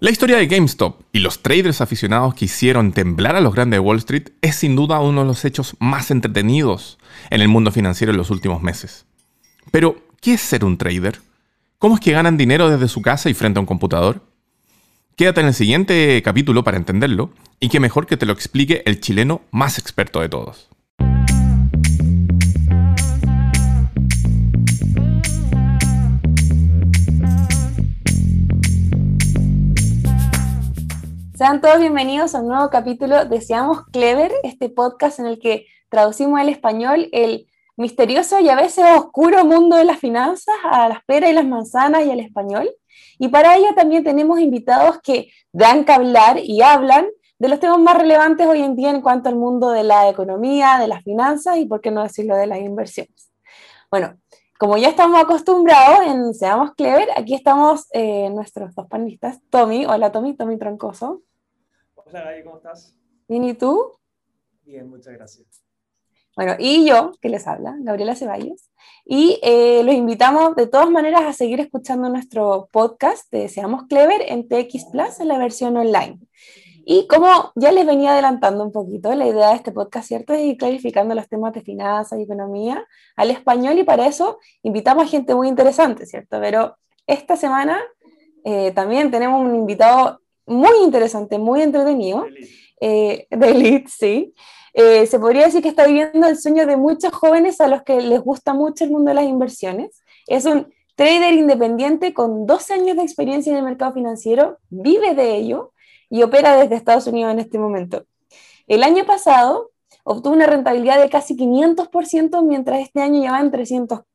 La historia de GameStop y los traders aficionados que hicieron temblar a los grandes de Wall Street es sin duda uno de los hechos más entretenidos en el mundo financiero en los últimos meses. Pero, ¿qué es ser un trader? ¿Cómo es que ganan dinero desde su casa y frente a un computador? Quédate en el siguiente capítulo para entenderlo, y qué mejor que te lo explique el chileno más experto de todos. Sean todos bienvenidos a un nuevo capítulo de Seamos Clever, este podcast en el que traducimos al español el misterioso y a veces oscuro mundo de las finanzas a las peras y las manzanas y al español. Y para ello también tenemos invitados que dan que hablar y hablan de los temas más relevantes hoy en día en cuanto al mundo de la economía, de las finanzas y, por qué no decirlo, de las inversiones. Bueno, como ya estamos acostumbrados en Seamos Clever, aquí estamos nuestros dos panelistas. Tommy, hola Tommy, Tommy Troncoso. Hola Gaby, ¿cómo estás? Bien, ¿y tú? Bien, muchas gracias. Bueno, y yo, que les habla, Gabriela Ceballos, y los invitamos de todas maneras a seguir escuchando nuestro podcast de Seamos Clever en TX Plus, en la versión online. Y como ya les venía adelantando un poquito, la idea de este podcast, ¿cierto?, es ir clarificando los temas de finanzas y economía al español, y para eso invitamos a gente muy interesante, ¿cierto? Pero esta semana también tenemos un invitado muy interesante, muy entretenido, de Elite, sí. Se podría decir que está viviendo el sueño de muchos jóvenes a los que les gusta mucho el mundo de las inversiones. Es un trader independiente con 12 años de experiencia en el mercado financiero, vive de ello y opera desde Estados Unidos en este momento. El año pasado obtuvo una rentabilidad de casi 500%, mientras este año ya va en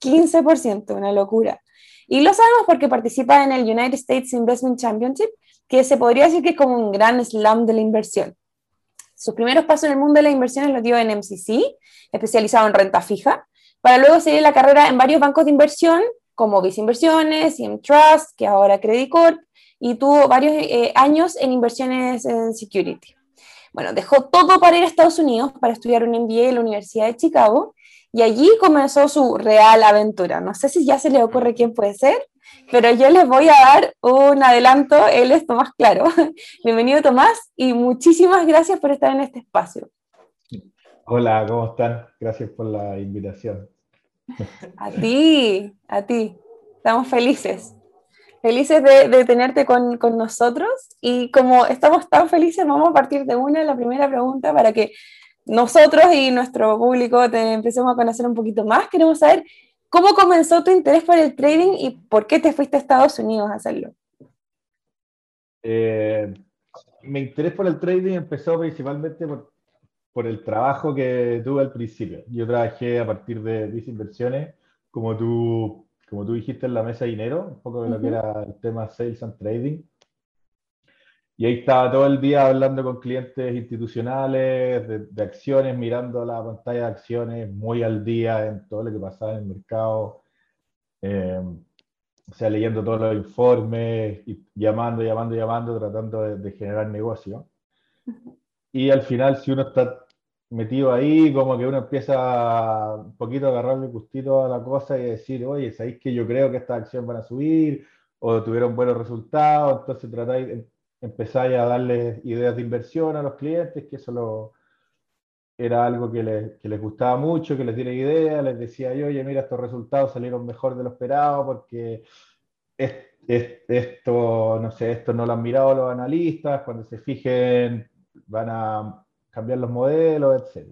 315%, una locura. Y lo sabemos porque participa en el United States Investment Championship, que se podría decir que es como un gran slam de la inversión. Sus primeros pasos en el mundo de las inversiones los dio en MCC, especializado en renta fija, para luego seguir la carrera en varios bancos de inversión, como Visa Inversiones, IM Trust, que es ahora Credit Corp, y tuvo varios años en inversiones en security. Bueno, dejó todo para ir a Estados Unidos para estudiar un MBA en la Universidad de Chicago, y allí comenzó su real aventura. No sé si ya se le ocurre quién puede ser, pero yo les voy a dar un adelanto. Él es Tomás Claro. Bienvenido, Tomás, y muchísimas gracias por estar en este espacio. Hola, ¿cómo están? Gracias por la invitación. A ti. Estamos felices. Felices de tenerte con nosotros, y como estamos tan felices, vamos a partir de la primera pregunta para que nosotros y nuestro público te empecemos a conocer un poquito más. Queremos saber cómo comenzó tu interés por el trading y por qué te fuiste a Estados Unidos a hacerlo. Mi interés por el trading empezó principalmente por el trabajo que tuve al principio. Yo trabajé a partir de Visa Inversiones, como tú dijiste, en la mesa de dinero, un poco de lo que era el tema Sales and Trading. Y ahí estaba todo el día hablando con clientes institucionales de acciones, mirando la pantalla de acciones, muy al día en todo lo que pasaba en el mercado. O sea, leyendo todos los informes y llamando, tratando de generar negocio. Y al final, si uno está metido ahí, como que uno empieza un poquito a agarrarle gustito a la cosa y decir, oye, ¿sabéis que yo creo que estas acciones van a subir? O tuvieron buenos resultados, entonces empezáis a darles ideas de inversión a los clientes, que eso era algo que les gustaba mucho, que les diera ideas, les decía yo, oye, mira, estos resultados salieron mejor de lo esperado porque esto, no sé, esto no lo han mirado los analistas, cuando se fijen van a cambiar los modelos, etc.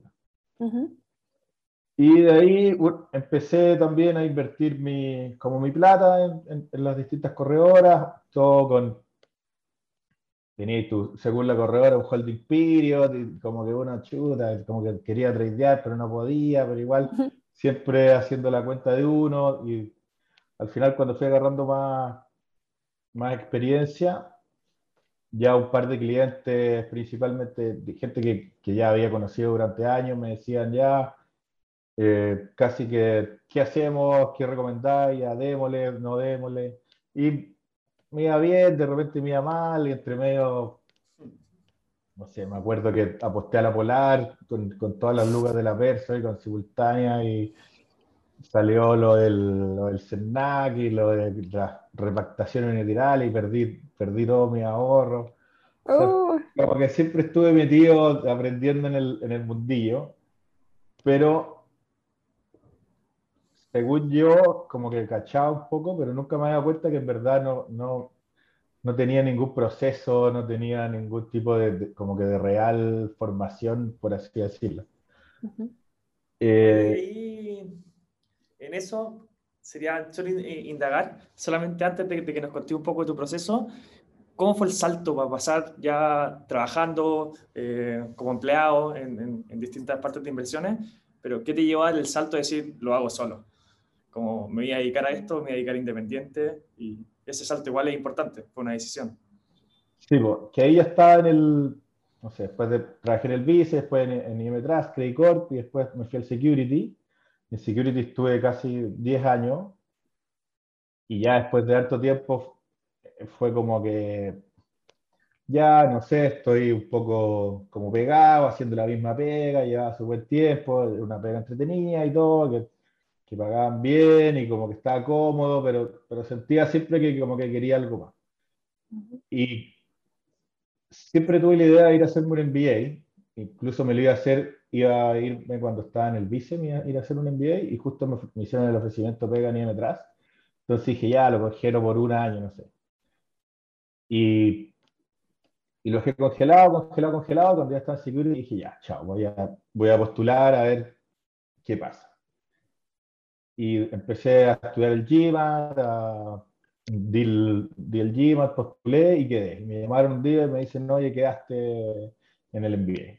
Y de ahí empecé también a invertir como mi plata en las distintas corredoras, todo tenías tú, según la corredora, un holding period, y como que una chuta, como que quería tradear, pero no podía, pero igual siempre haciendo la cuenta de uno, y al final cuando fui agarrando más experiencia, ya un par de clientes, principalmente de gente que ya había conocido durante años, me decían ya, casi que, ¿qué hacemos? ¿Qué recomendáis? Ya démosle, no démosle. Y me iba bien, de repente me iba mal, y entre medio, no sé, me acuerdo que aposté a la Polar con todas las lucas de la Perso y con simultánea, y salió lo del CERNAC y lo de la repactación unilateral y perdí todo mi ahorro. O sea, Uh, como que siempre estuve metido aprendiendo en el mundillo, pero según yo, como que cachaba un poco, pero nunca me había dado cuenta que en verdad no tenía ningún proceso, no tenía ningún tipo como que de real formación, por así decirlo. ujú, Oye, y Eh, ahí, en eso, sería solo indagar, solamente antes de que nos contes un poco de tu proceso, ¿cómo fue el salto para pasar ya trabajando como empleado en distintas partes de inversiones? Pero ¿qué te llevó a dar el salto de decir, lo hago solo? Como me voy a dedicar a esto, me voy a dedicar independiente, y ese salto igual es importante, fue una decisión. sí, po, que ahí ya estaba no sé, después trabajé en el Vice, después en IM Trust, Credit Corp, y después me fui al Security. En Security estuve casi 10 años, y ya después de harto tiempo fue como que ya, no sé, estoy un poco como pegado, haciendo la misma pega, llevaba su buen tiempo, una pega entretenida y todo, que pagaban bien y como que estaba cómodo, pero sentía siempre que como que quería algo más. ujú, Y siempre tuve la idea de ir a hacerme un MBA, incluso me lo iba a hacer, iba a irme cuando estaba en el Vice, me iba a ir a hacer un MBA y justo me hicieron el ofrecimiento pega ni atrás. Entonces dije, ya, lo cogieron por un año, no sé. Y Y lo dejé congelado, congelado, congelado. Cuando ya estaba en security dije, ya, chao, voy a postular a ver qué pasa. Y empecé a estudiar el GMAT, di el GMAT, postulé y quedé. Y me llamaron un día y me dicen, no, oye, quedaste en el MBA.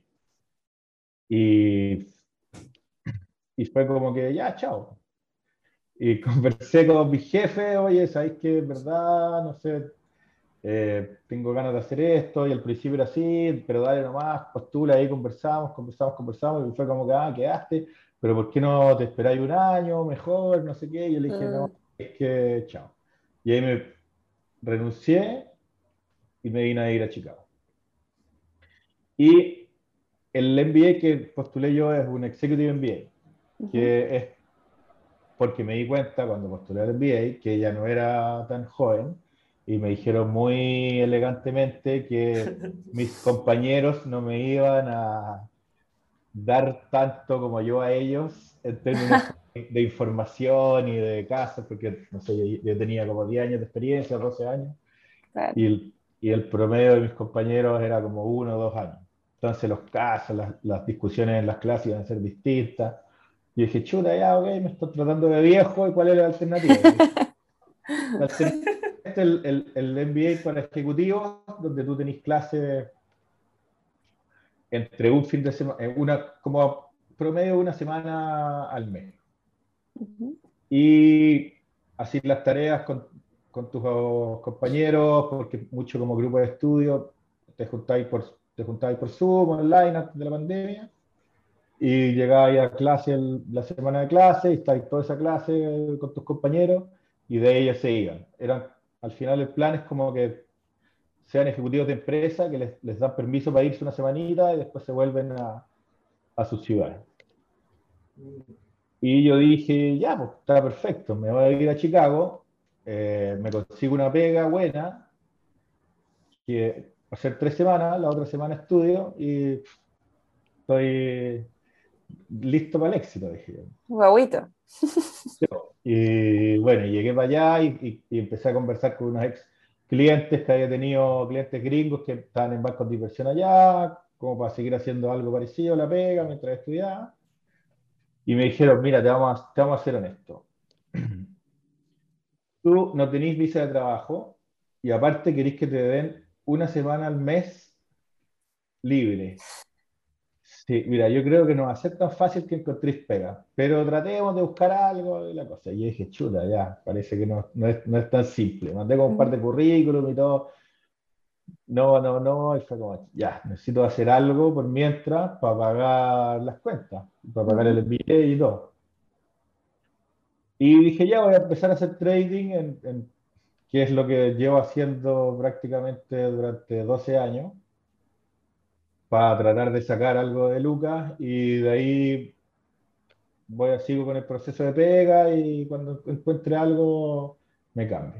Y, y fue como que, ya, chao. Y conversé con mi jefe, oye, ¿sabéis qué? Es verdad, no sé, tengo ganas de hacer esto, y al principio era así, pero dale nomás, postula, ahí conversamos, conversamos, conversamos, y fue como que, quedaste, pero ¿por qué no te esperáis un año mejor? No sé qué, y yo le dije, no, mm, es que, chao. Y ahí me renuncié y me vine a ir a Chicago. Y el MBA que postulé yo es un Executive MBA, ujú. que es porque me di cuenta cuando postulé al MBA que ya no era tan joven y me dijeron muy elegantemente que mis compañeros no me iban a dar tanto como yo a ellos en términos de información y de casos, porque no sé, yo tenía como 10 años de experiencia, 12 años, Claro. y el promedio de mis compañeros era como 1 o 2 años. Entonces los casos, las discusiones en las clases iban a ser distintas. Y dije, chuta, ya, ok, me estoy tratando de viejo, ¿y cuál es la alternativa? Y dije, la alternativa es el MBA para ejecutivos, donde tú tenés clases entre un fin de semana, como promedio una semana al mes. Ujú, Y así las tareas con tus compañeros, porque mucho como grupo de estudio, te juntáis por Zoom, online, antes de la pandemia, y llegabas a clase, la semana de clase, y estáis toda esa clase con tus compañeros, y de ellos se iban. Al final el plan es como que sean ejecutivos de empresa que les dan permiso para irse una semanita y después se vuelven a sus ciudades. Y yo dije, ya, pues está perfecto, me voy a ir a Chicago, me consigo una pega buena, que va a ser 3 semanas, la otra semana estudio y estoy listo para el éxito, dije guauito. yo. Y bueno, llegué para allá y empecé a conversar con unos ex clientes que había tenido, clientes gringos que estaban en bancos de inversión allá, como para seguir haciendo algo parecido a la pega mientras estudiaba. Y me dijeron, mira, te vamos a ser honesto. Tú no tenés visa de trabajo y aparte querés que te den una semana al mes libre. Sí, mira, yo creo que no va a ser tan fácil que encontréis pega, pero tratemos de buscar algo y la cosa. Y yo dije, chuta, ya, parece que no es tan simple. Mandé como un par Ujú, de currículum y todo. No, no, no, y fue como, ya, necesito hacer algo por mientras para pagar las cuentas, para pagar el ujú, MBA y todo. Y dije, ya voy a empezar a hacer trading que es lo que llevo haciendo prácticamente durante 12 años, para tratar de sacar algo de Lucas y de ahí sigo con el proceso de pega y cuando encuentre algo me cambio.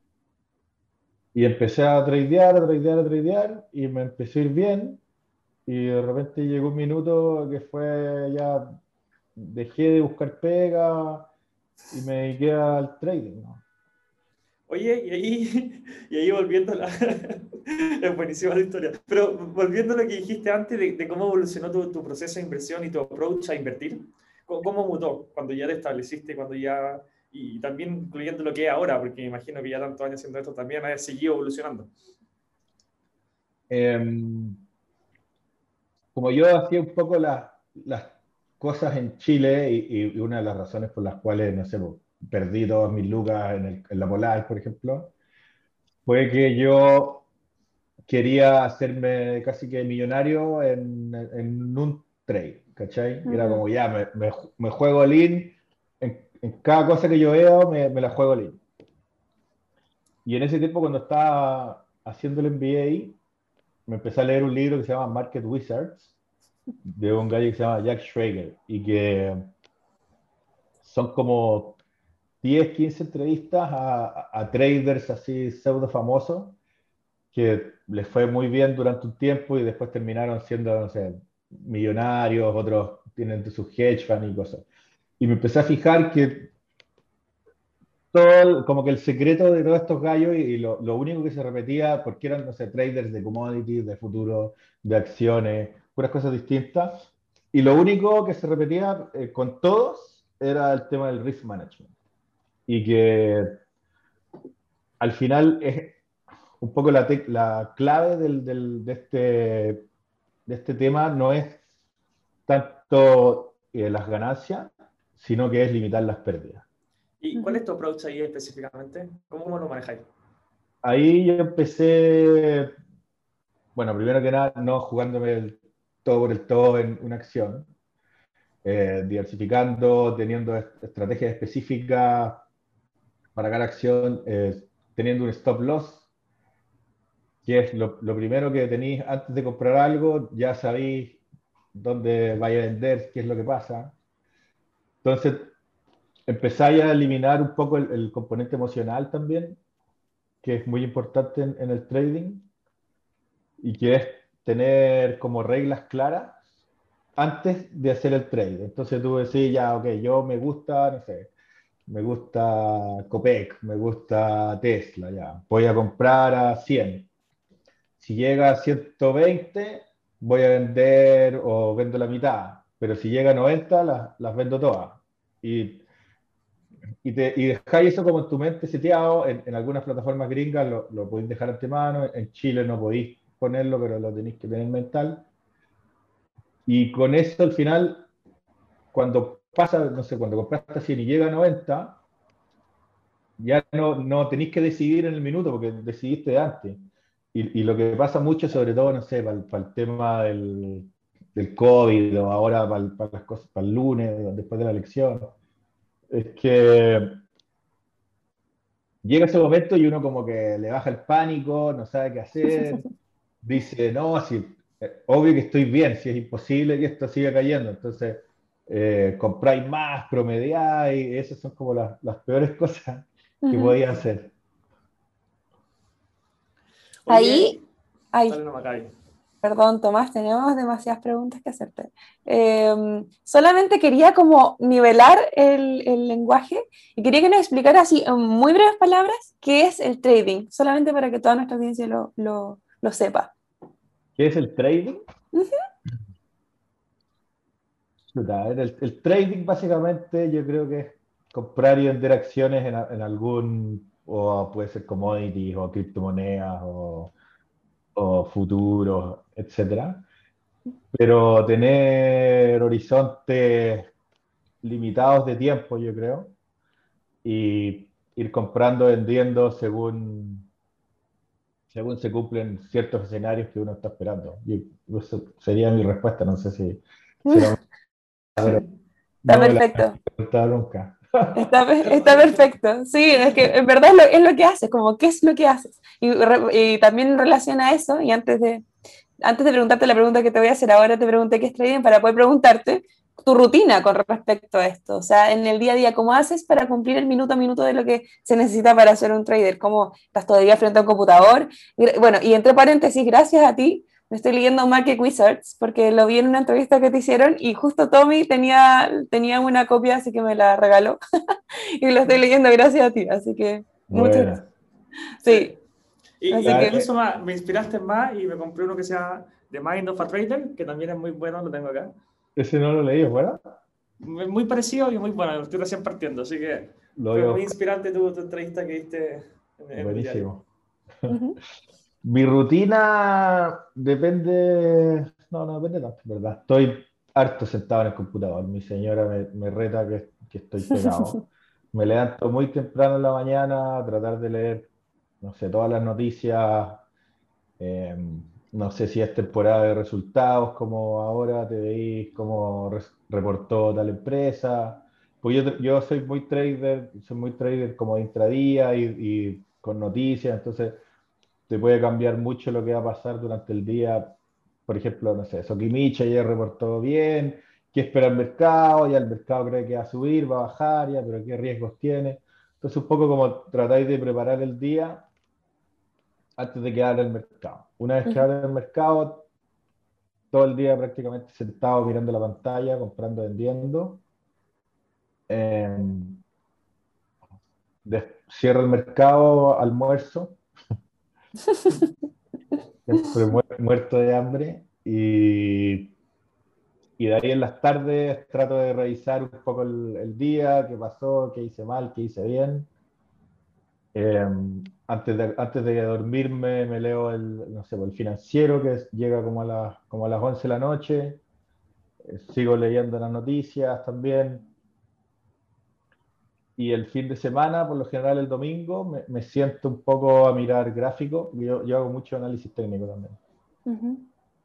Y empecé a tradear, a tradear, a tradear y me empezó a ir bien y de repente llegó un minuto que fue ya, dejé de buscar pega y me dediqué al trading, ¿no? Oye, y ahí volviendo a la... Es buenísima la historia. Pero volviendo a lo que dijiste antes de cómo evolucionó tu proceso de inversión y tu approach a invertir, ¿cómo mutó cuando ya te estableciste, cuando ya... Y también incluyendo lo que es ahora, porque me imagino que ya tantos años haciendo esto también ha seguido evolucionando. Em, Como yo hacía un poco las cosas en Chile y una de las razones por las cuales, no sé, pues, perdí todas mis lucas en la Polar, por ejemplo, fue que yo quería hacerme casi que millonario en un trade, ¿cachai? Era como ya, me juego all in, en cada cosa que yo veo me la juego all in. Y en ese tiempo cuando estaba haciendo el MBA, me empecé a leer un libro que se llama Market Wizards, de un gallo que se llama Jack Schwager, y que son como 10 15 entrevistas a traders así pseudo famosos que les fue muy bien durante un tiempo y después terminaron siendo, no sé, millonarios, otros tienen sus hedge funds y cosas. Y me empecé a fijar que como que el secreto de todos estos gallos y lo único que se repetía, porque eran, no sé, traders de commodities, de futuros, de acciones, puras cosas distintas, y lo único que se repetía con todos era el tema del risk management. Y que al final es un poco la clave de este tema no es tanto las ganancias, sino que es limitar las pérdidas. ¿Y cuál es tu approach ahí específicamente? ¿Cómo lo manejáis? Ahí yo empecé, bueno, primero que nada, no jugándome todo por el todo en una acción, diversificando, teniendo estrategias específicas para cada acción, teniendo un stop loss, que es lo primero que tenéis antes de comprar algo, ya sabéis dónde vaya a vender, qué es lo que pasa. Entonces, empezáis a eliminar un poco el componente emocional también, que es muy importante en el trading, y que es tener como reglas claras antes de hacer el trade. Entonces tú decís, ya, ok, yo me gusta, no sé, me gusta Copec, me gusta Tesla, ya, voy a comprar a 100. Si llega a 120, voy a vender o vendo la mitad, pero si llega a 90, las vendo todas. Y, y dejáis eso como en tu mente seteado, en algunas plataformas gringas lo podéis dejar antemano, en Chile no podéis ponerlo, pero lo tenéis que tener mental. Y con eso al final, cuando pasa, no sé, cuando compraste 100 y llega a 90, ya no tenéis que decidir en el minuto porque decidiste antes. Y lo que pasa mucho, sobre todo, no sé, para el tema del COVID o ahora para las cosas, para el lunes, después de la elección, es que llega ese momento y uno como que le baja el pánico, no sabe qué hacer, dice, no, si, obvio que estoy bien, si es imposible que esto siga cayendo, entonces compráis más, promediáis, esas son como las peores cosas que podía hacer. Oye, Ahí, ay, dale no Macabi. perdón, Tomás, tenemos demasiadas preguntas que hacerte. Solamente quería como nivelar el lenguaje y quería que nos explicara así en muy breves palabras qué es el trading, solamente para que toda nuestra audiencia lo sepa. ¿Qué es el trading? Ujú. Chuta, a ver, el trading básicamente yo creo que es comprar y vender acciones en algún, o puede ser commodities o criptomonedas o futuros, etcétera. Pero tener horizontes limitados de tiempo, yo creo, y ir comprando, vendiendo según se cumplen ciertos escenarios que uno está esperando. Y eso sería mi respuesta, no sé si será muy... pero Está no me la perfecto. he preguntado nunca. Está perfecto. Sí, es que en verdad es lo que haces, como qué es lo que haces. Y también en relación a eso, y antes de preguntarte la pregunta que te voy a hacer ahora, te pregunté qué es trading para poder preguntarte tu rutina con respecto a esto? O sea, en el día a día, ¿cómo haces para cumplir el minuto a minuto de lo que se necesita para ser un trader? ¿Cómo estás todo el día frente a un computador? Bueno, y entre paréntesis, gracias a ti, me estoy leyendo Market Wizards porque lo vi en una entrevista que te hicieron y justo Tommy tenía una copia, así que me la regaló y lo estoy leyendo gracias a ti, así que muchas gracias. Buena. Sí, Y así que... incluso me inspiraste más y me compré uno que sea The Mind of a Trader, que también es muy bueno, lo tengo acá. Ese no lo leí, ¿verdad? Muy parecido y muy bueno, lo estoy recién partiendo, así que Lo fue voy a muy buscar. inspirante tu entrevista que diste en el diario. Buenísimo. ujú. Mi rutina depende, no depende tanto, ¿verdad? Estoy harto sentado en el computador. Mi señora me reta que estoy pegado. Me levanto muy temprano en la mañana a tratar de leer, no sé, todas las noticias. eh, no sé si es temporada de resultados, como ahora te veis cómo reportó tal empresa. Pues yo soy muy trader como de intradía y con noticias, entonces te puede cambiar mucho lo que va a pasar durante el día. Por ejemplo, no sé, Sokimichi ayer reportó bien, qué espera el mercado, ya el mercado cree que va a subir, va a bajar, ya, pero qué riesgos tiene. Entonces, un poco como tratáis de preparar el día antes de que abra el mercado. Una vez que abre el mercado, todo el día prácticamente sentado mirando la pantalla, comprando, vendiendo. Eh, Cierro el mercado, almuerzo, siempre muerto de hambre y de ahí en las tardes trato de revisar un poco el día, qué pasó, qué hice mal, qué hice bien. Eh, antes de dormirme me leo no sé, el financiero que llega como a las 11 de la noche. Sigo leyendo las noticias también. Y el fin de semana, por lo general el domingo, me siento un poco a mirar gráficos. Yo hago mucho análisis técnico también. Ujú.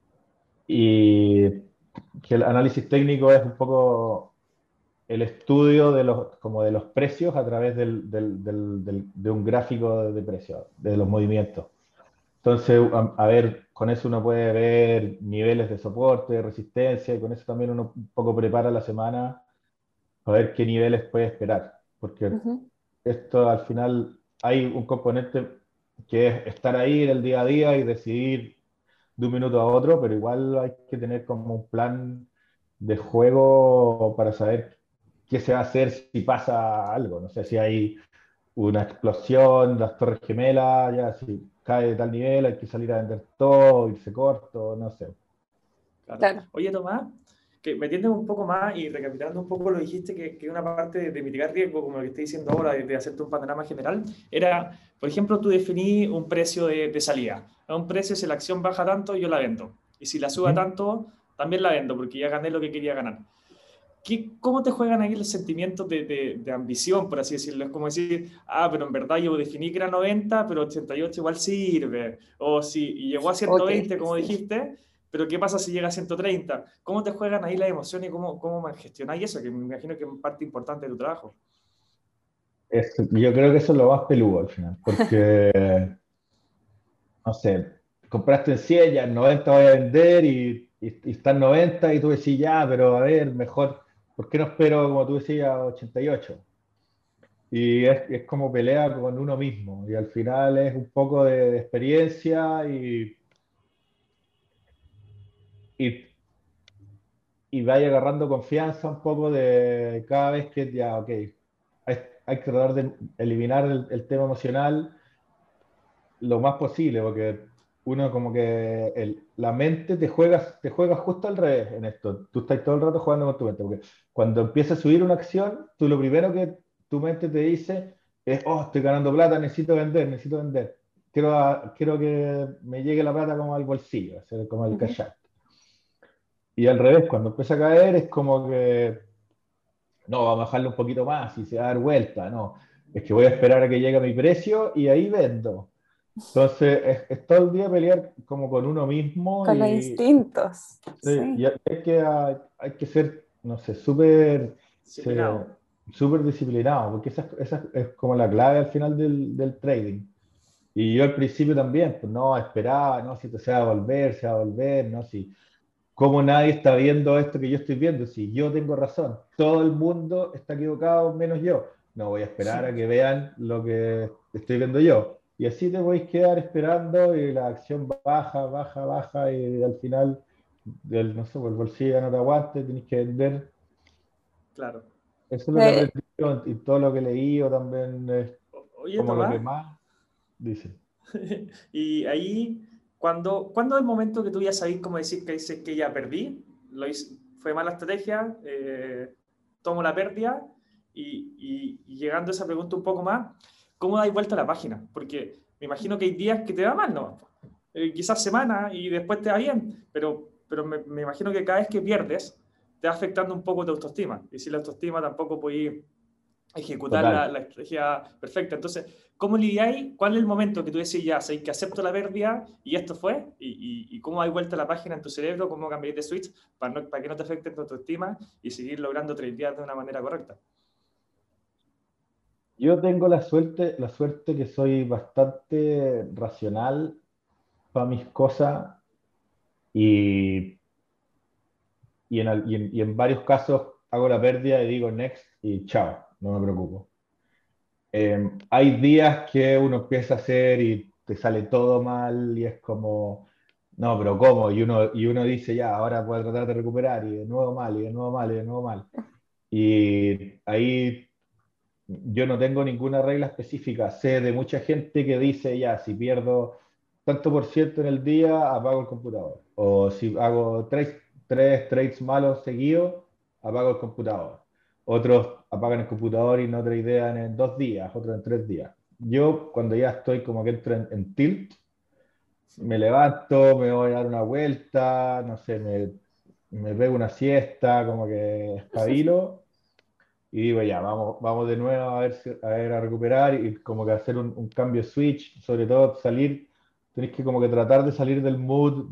Y que el análisis técnico es un poco el estudio como de los precios a través de un gráfico de precios, de los movimientos. Entonces, a ver, con eso uno puede ver niveles de soporte, de resistencia, y con eso también uno un poco prepara la semana a ver qué niveles puede esperar. Porque Ujú. esto al final hay un componente que es estar ahí en el día a día y decidir de un minuto a otro, pero igual hay que tener como un plan de juego para saber qué se va a hacer si pasa algo. No sé si hay una explosión, las Torres Gemelas, ya si cae de tal nivel hay que salir a vender todo, irse corto, no sé. Claro. Claro. Oye, Tomás, que metiéndome un poco más y recapitulando un poco lo dijiste que una parte de mitigar riesgo, como lo que estoy diciendo ahora, de hacerte un panorama general, era, por ejemplo, tú definí un precio de salida. A un precio, si la acción baja tanto, yo la vendo. Y si la suba ¿Mm? tanto, también la vendo, porque ya gané lo que quería ganar. ¿Cómo te juegan ahí los sentimientos de ambición, por así decirlo? Es como decir, pero en verdad yo definí que era 90, pero 88 igual sirve. O si llegó a Oh, 120, como difícil. dijiste, pero ¿qué pasa si llega a 130? ¿Cómo te juegan ahí las emociones y cómo gestionáis eso? Que me imagino que es parte importante de tu trabajo. Yo creo que eso es lo más peludo al final, porque, no sé, compraste en 100, ya en 90 voy a vender y está en 90 y tú decís, ya, pero a ver, mejor, ¿por qué no espero, como tú decías, 88? Y es como pelea con uno mismo y al final es un poco de experiencia y, y vaya agarrando confianza un poco de cada vez que ya, ok, hay que tratar de eliminar el tema emocional lo más posible, porque uno como que la mente te juega justo al revés en esto. Tú estás todo el rato jugando con tu mente, porque cuando empieza a subir una acción, tú lo primero que tu mente te dice es, oh, estoy ganando plata, necesito vender, necesito vender. Quiero que me llegue la plata como al bolsillo, hacer como el Ujú. cash out. Y al revés, cuando empieza a caer es como que, no, vamos a bajarle un poquito más y se va a dar vuelta, no. Es que voy a esperar a que llegue a mi precio y ahí vendo. Entonces, es todo el día pelear como con uno mismo Con los instintos. sí, Sí. y hay que ser, no sé, súper Disciplinado. súper disciplinado, porque esa es como la clave al final del trading. Y yo al principio también, pues no, esperaba, no, si te se va a volver, no, si. ¿cómo nadie está viendo esto que yo estoy viendo? Si yo tengo razón, todo el mundo está equivocado menos yo. No voy a esperar a que vean lo que estoy viendo yo. Y así te vais a quedar esperando y la acción baja, baja, baja y al final, no sé, el bolsillo ya no te aguante, tenés que vender. Claro. Eso es lo que Eh, aprendí yo, y todo lo que leí o también es Oye, como lo que Tomás, más dicen. y ahí, ¿cuándo es el momento que tú ya sabes cómo decir que dices que ya perdí? Fue mala estrategia, tomo la pérdida y llegando a esa pregunta un poco más, ¿cómo dais vuelta a la página? Porque me imagino que hay días que te va mal, ¿no? Quizás semanas y después te va bien, pero me imagino que cada vez que pierdes te va afectando un poco tu autoestima. Y si la autoestima tampoco puedes ejecutar Total. la estrategia perfecta. Entonces, ¿cómo lidiáis? ¿Cuál es el momento que tú decís ya, sé que acepto la pérdida y esto fue? ¿Y cómo hay vuelta la página en tu cerebro? ¿Cómo cambiáis de switch para que no te afecte tu autoestima y seguir logrando tradear de una manera correcta? Yo tengo la suerte que soy bastante racional para mis cosas y, y en varios casos hago la pérdida y digo next y chao, no me preocupo. Hay días que uno empieza a hacer y te sale todo mal y es como, no, pero ¿cómo? Y uno dice ya, ahora voy a tratar de recuperar y de nuevo mal y de nuevo mal y de nuevo mal. Y ahí yo no tengo ninguna regla específica. Sé de mucha gente que dice, ya, si pierdo tanto por ciento en el día, apago el computador. O si hago tres trades malos seguidos, apago el computador. Otros apagan el computador y no tradean en 2 días, otros en 3 días. Yo, cuando ya estoy como que entro en tilt, me levanto, me voy a dar una vuelta, no sé, me pego una siesta, como que espabilo y digo, ya, vamos de nuevo a ver, a ver, a recuperar y como que hacer un cambio de switch, sobre todo salir, tenés que como que tratar de salir del mood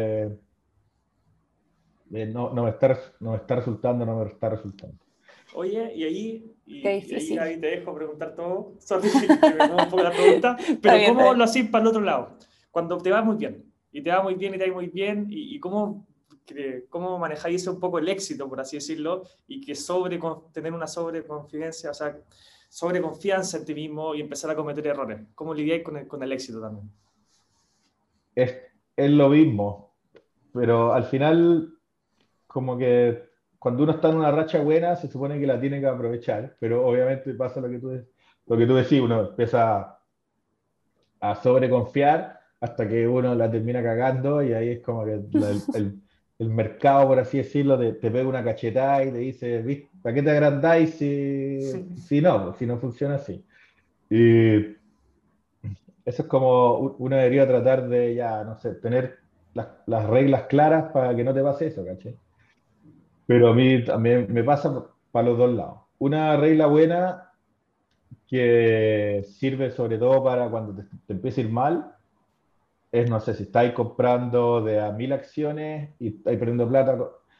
de no me está resultando, no me está resultando. Oye, Qué y ahí difícil. Gaby, te dejo preguntar todo. Sorry que me pongo un poco la pregunta, Está pero bien, está ¿cómo bien. lo haces para el otro lado? Cuando te va muy bien, y te va muy bien y te va muy bien, y cómo manejáis un poco el éxito, por así decirlo, y que tener una sobreconfidencia, o sea, sobreconfianza en ti mismo y empezar a cometer errores. ¿Cómo lidiáis con el éxito también? Es, es lo mismo, pero al final como que cuando uno está en una racha buena se supone que la tiene que aprovechar, pero obviamente pasa lo que tú decís, uno empieza a sobreconfiar hasta que uno la termina cagando y ahí es como que el mercado, por así decirlo, te pega una cachetada y te dice, "¿Viste? ¿Para qué te agrandáis si no funciona así?" Y eso es como uno debería tratar de ya, no sé, tener las reglas claras para que no te pase eso, ¿cachai? Pero a mí también me pasa para los dos lados. Una regla buena que sirve sobre todo para cuando te empieza a ir mal es, no sé, si estáis comprando de a 1000 acciones y estáis perdiendo plata,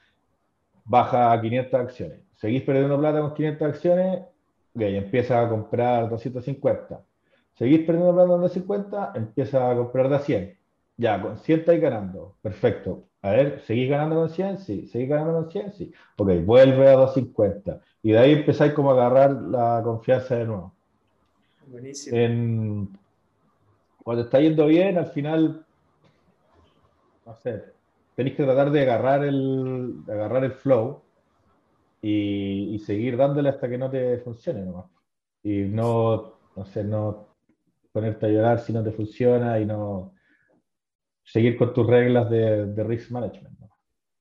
baja a 500 acciones. Seguís perdiendo plata con 500 acciones, ok, empieza a comprar 250. Seguís perdiendo plata con 250, empieza a comprar de a 100. Ya, con 100 estáis ganando. Perfecto. A ver, ¿seguís ganando con 100? Sí. ¿Seguís ganando con 100? Sí. Ok, vuelve a 250. Y de ahí empezáis como a agarrar la confianza de nuevo. Buenísimo. En, cuando está yendo bien, al final no sé, tenéis que tratar de agarrar el flow y seguir dándole hasta que no te funcione nomás. Y no sé, no ponerte a llorar si no te funciona y no seguir con tus reglas de risk management, ¿no?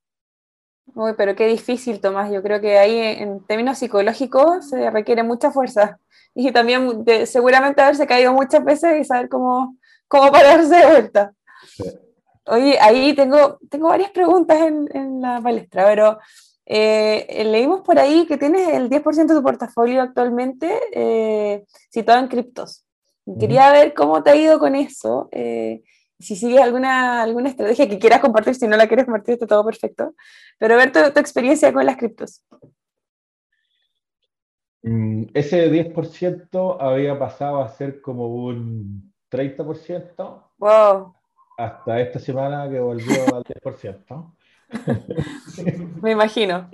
Uy, pero qué difícil, Tomás. Yo creo que ahí en términos psicológicos se requiere mucha fuerza y también seguramente haberse caído muchas veces y saber cómo pararse de vuelta. Sí. Oye, ahí tengo varias preguntas en la palestra, pero leímos por ahí que tienes el 10% de tu portafolio actualmente situado en criptos. Ujú. Quería ver cómo te ha ido con eso, si sigues alguna estrategia que quieras compartir, si no la quieres compartir está todo perfecto, pero ver tu experiencia con las criptos. Ese 10% había pasado a ser como un 30% Wow, hasta esta semana que volvió al 10%. Me imagino.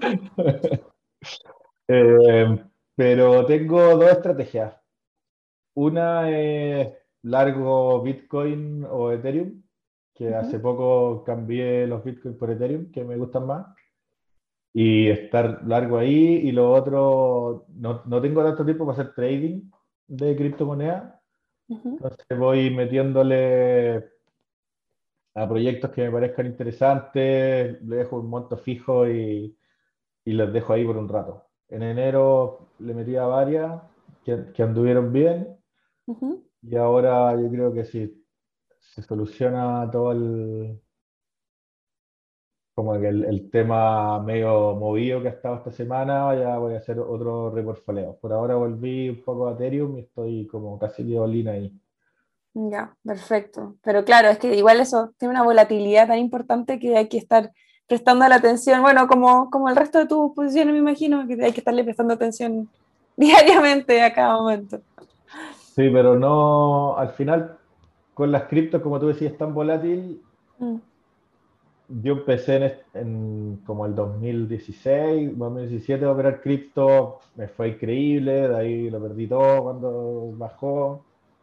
Eh, pero tengo dos estrategias. Una es largo Bitcoin o Ethereum, que hace Ujú, poco cambié los Bitcoin por Ethereum, que me gustan más, y estar largo ahí. Y lo otro, no tengo tanto tiempo para hacer trading de criptomonedas, ujú. entonces voy metiéndole a proyectos que me parezcan interesantes, le dejo un monto fijo y los dejo ahí por un rato. En enero le metí a varias que anduvieron bien. Ujú. Y ahora yo creo que si se soluciona todo como que el tema medio movido que ha estado esta semana, ya voy a hacer otro reportfolio. Por ahora volví un poco a Ethereum y estoy como casi de all-in ahí. Ya, perfecto. Pero claro, es que igual eso tiene una volatilidad tan importante que hay que estar prestando la atención, bueno, como el resto de tus posiciones, me imagino, que hay que estarle prestando atención diariamente a cada momento. Sí, pero no, al final con las criptos, como tú decías, tan volátil. Mm, Yo empecé como el 2016, 2017 a operar cripto, me fue increíble, de ahí lo perdí todo cuando bajó.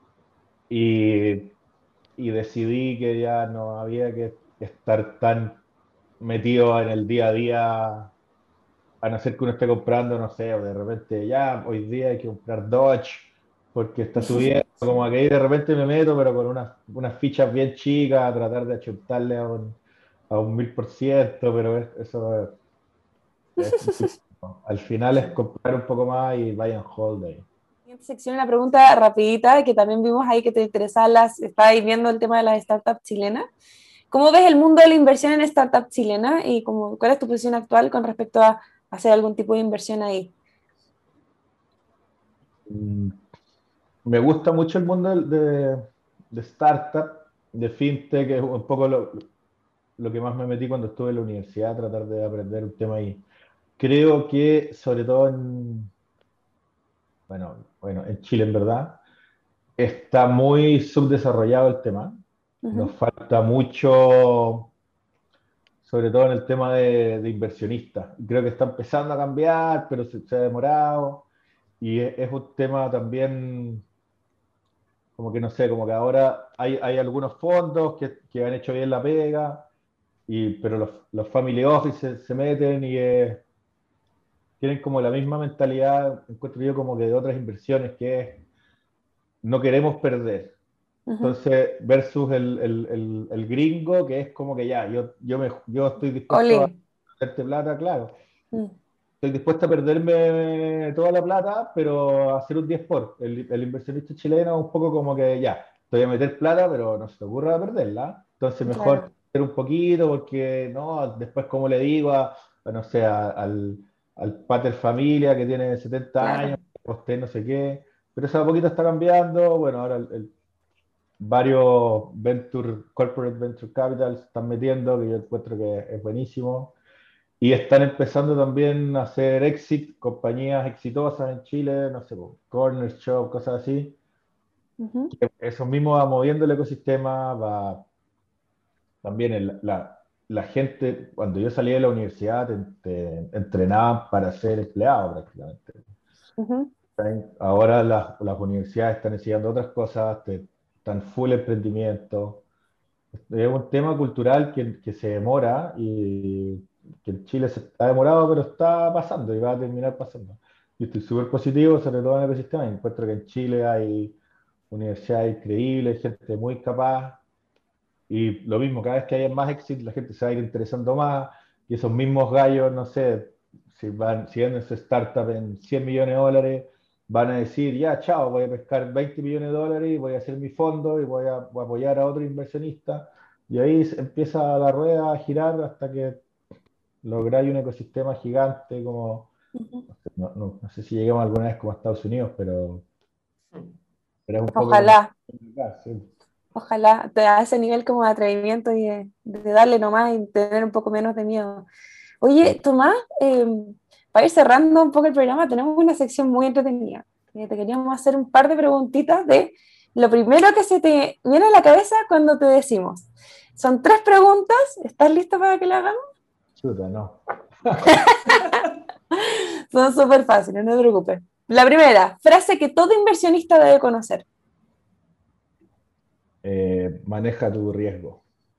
Y y decidí que ya no había que estar tan metido en el día a día, a no ser que uno esté comprando, no sé, o de repente ya hoy día hay que comprar Dodge porque está subiendo, como que ahí de repente me meto, pero con unas fichas bien chicas, a tratar de achuntarle a un 1000%, pero al final es sí. comprar un poco más y buy and hold ahí. Siguiente sección, una pregunta rapidita que también vimos ahí que te interesaba, estaba ahí viendo el tema de las startups chilenas. ¿Cómo ves el mundo de la inversión en startup chilena y cuál es tu posición actual con respecto a hacer algún tipo de inversión ahí? Mm, Me gusta mucho el mundo de startup, de fintech, que es un poco lo que más me metí cuando estuve en la universidad, a tratar de aprender un tema ahí. Creo que, sobre todo bueno, en Chile, en verdad, está muy subdesarrollado el tema. Nos Ujú. falta mucho, sobre todo en el tema de inversionistas. Creo que está empezando a cambiar, pero se ha demorado. Y es un tema también como que no sé, como que ahora hay algunos fondos que han hecho bien la pega, pero los family offices se meten y tienen como la misma mentalidad, encuentro yo, como que de otras inversiones, que es no queremos perder. Ujú. Entonces, versus el gringo, que es como que ya, yo estoy All dispuesto a in. hacerte plata, claro. Mm, Estoy dispuesto a perderme toda la plata, pero hacer un 10 por. El inversionista chileno es un poco como que ya, te voy a meter plata, pero no se te ocurra perderla. Entonces mejor claro, hacer un poquito, porque no, después como le digo no sé, al pater familia que tiene 70 años, claro. usted no sé qué, pero eso a poquito está cambiando. Bueno, ahora varios corporate venture capital se están metiendo, que yo encuentro que es buenísimo. Y están empezando también a hacer exit, compañías exitosas en Chile, no sé, po, Corner Shop, cosas así. Ujú. Eso mismo va moviendo el ecosistema, va también la gente, cuando yo salí de la universidad, te entrenaban para ser empleado prácticamente. Ujú. Ahora las universidades están enseñando otras cosas, están full emprendimiento. Es un tema cultural que se demora y que en Chile se ha demorado, pero está pasando y va a terminar pasando. Yo estoy súper positivo, sobre todo en el ecosistema. Encuentro que en Chile hay universidades increíbles, gente muy capaz y lo mismo, cada vez que haya más éxito, la gente se va a ir interesando más y esos mismos gallos, no sé, si venden su startup en 100 millones de dólares, van a decir, ya, chao, voy a pescar 20 millones de dólares y voy a hacer mi fondo y voy a apoyar a otro inversionista. Y ahí empieza la rueda a girar hasta que lográis un ecosistema gigante como, Ujú. no sé si lleguemos alguna vez como a Estados Unidos, pero es un poco como... Ojalá, Sí. ojalá te da ese nivel como de atrevimiento y de darle nomás y tener un poco menos de miedo. Oye, Tomás, para ir cerrando un poco el programa, tenemos una sección muy entretenida. Te queríamos hacer un par de preguntitas de lo primero que se te viene a la cabeza cuando te decimos. Son 3 preguntas. ¿Estás listo para que la hagamos? Chuta, no. Son súper fáciles, no te preocupes. La primera, frase que todo inversionista debe conocer. Maneja tu riesgo.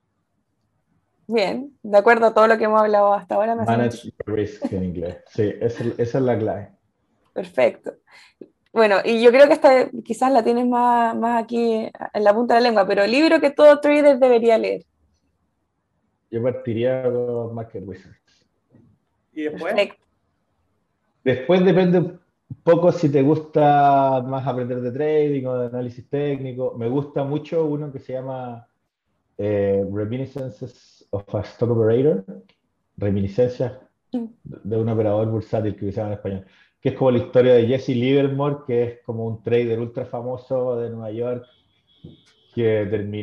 Bien, de acuerdo a todo lo que hemos hablado hasta ahora. Manage your risk en inglés. Sí, esa es la clave. Perfecto. Bueno, y yo creo que esta quizás la tienes más aquí en la punta de la lengua, pero el libro que todo trader debería leer. Yo partiría con Market Wizards. ¿Y después? Perfecto. Después depende un poco si te gusta más aprender de trading o de análisis técnico. Me gusta mucho uno que se llama Reminiscences of a Stock Operator, reminiscencias de un operador bursátil que se llama en español, que es como la historia de Jesse Livermore, que es como un trader ultra famoso de Nueva York que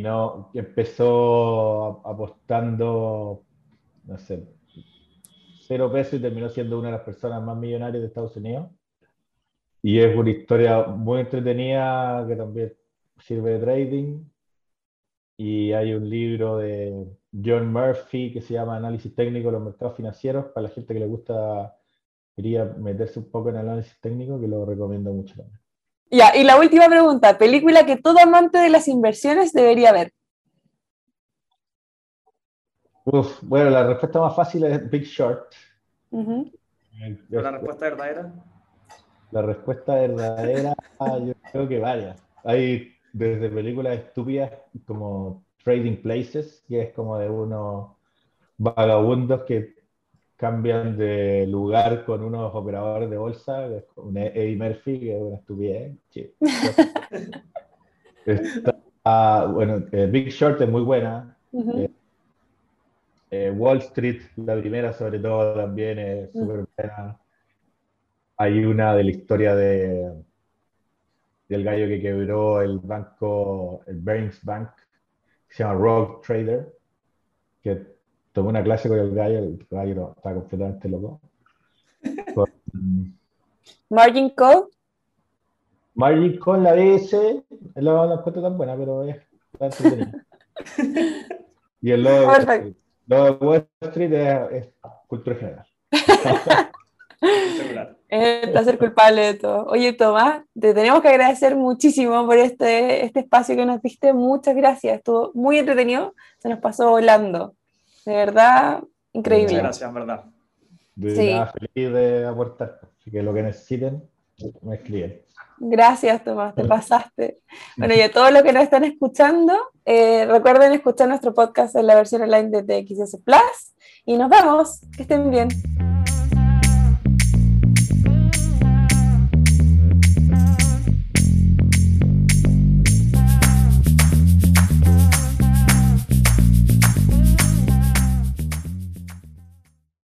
empezó apostando, no sé, 0 pesos y terminó siendo una de las personas más millonarias de Estados Unidos. Y es una historia muy entretenida que también sirve de trading. Y hay un libro de John Murphy que se llama Análisis técnico de los mercados financieros, para la gente que le gusta, quería meterse un poco en análisis técnico, que lo recomiendo mucho también. Ya, y la última pregunta, película que todo amante de las inversiones debería ver. Bueno, la respuesta más fácil es Big Short. ¿Pero la respuesta verdadera? La respuesta verdadera, yo creo que varias. Hay desde películas estúpidas como Trading Places, que es como de unos vagabundos que cambian de lugar con unos operadores de bolsa, que es un Eddie Murphy, que es una estupidez. Sí. Bueno, Big Short es muy buena. Wall Street, la primera sobre todo, también es súper buena. Hay una de la historia del gallo que quebró el banco, el Barings Bank, que se llama Rogue Trader, que tomó una clase con el gallo no, está completamente loco. Margin Call. Margin Call, la BS, la encuentro tan buena, pero es entretenida. Y el logo de Wall Street es cultura general. El placer culpable de todo. Oye, Tomás, te tenemos que agradecer muchísimo por este espacio que nos diste. Muchas gracias. Estuvo muy entretenido. Se nos pasó volando. De verdad, increíble. Muchas gracias, en verdad. Sí. Nada, feliz de aportar. Así que lo que necesiten, me escriben. Gracias, Tomás, te pasaste. Bueno, y a todos los que nos están escuchando, recuerden escuchar nuestro podcast en la versión online de TXS Plus. Y nos vemos. Que estén bien.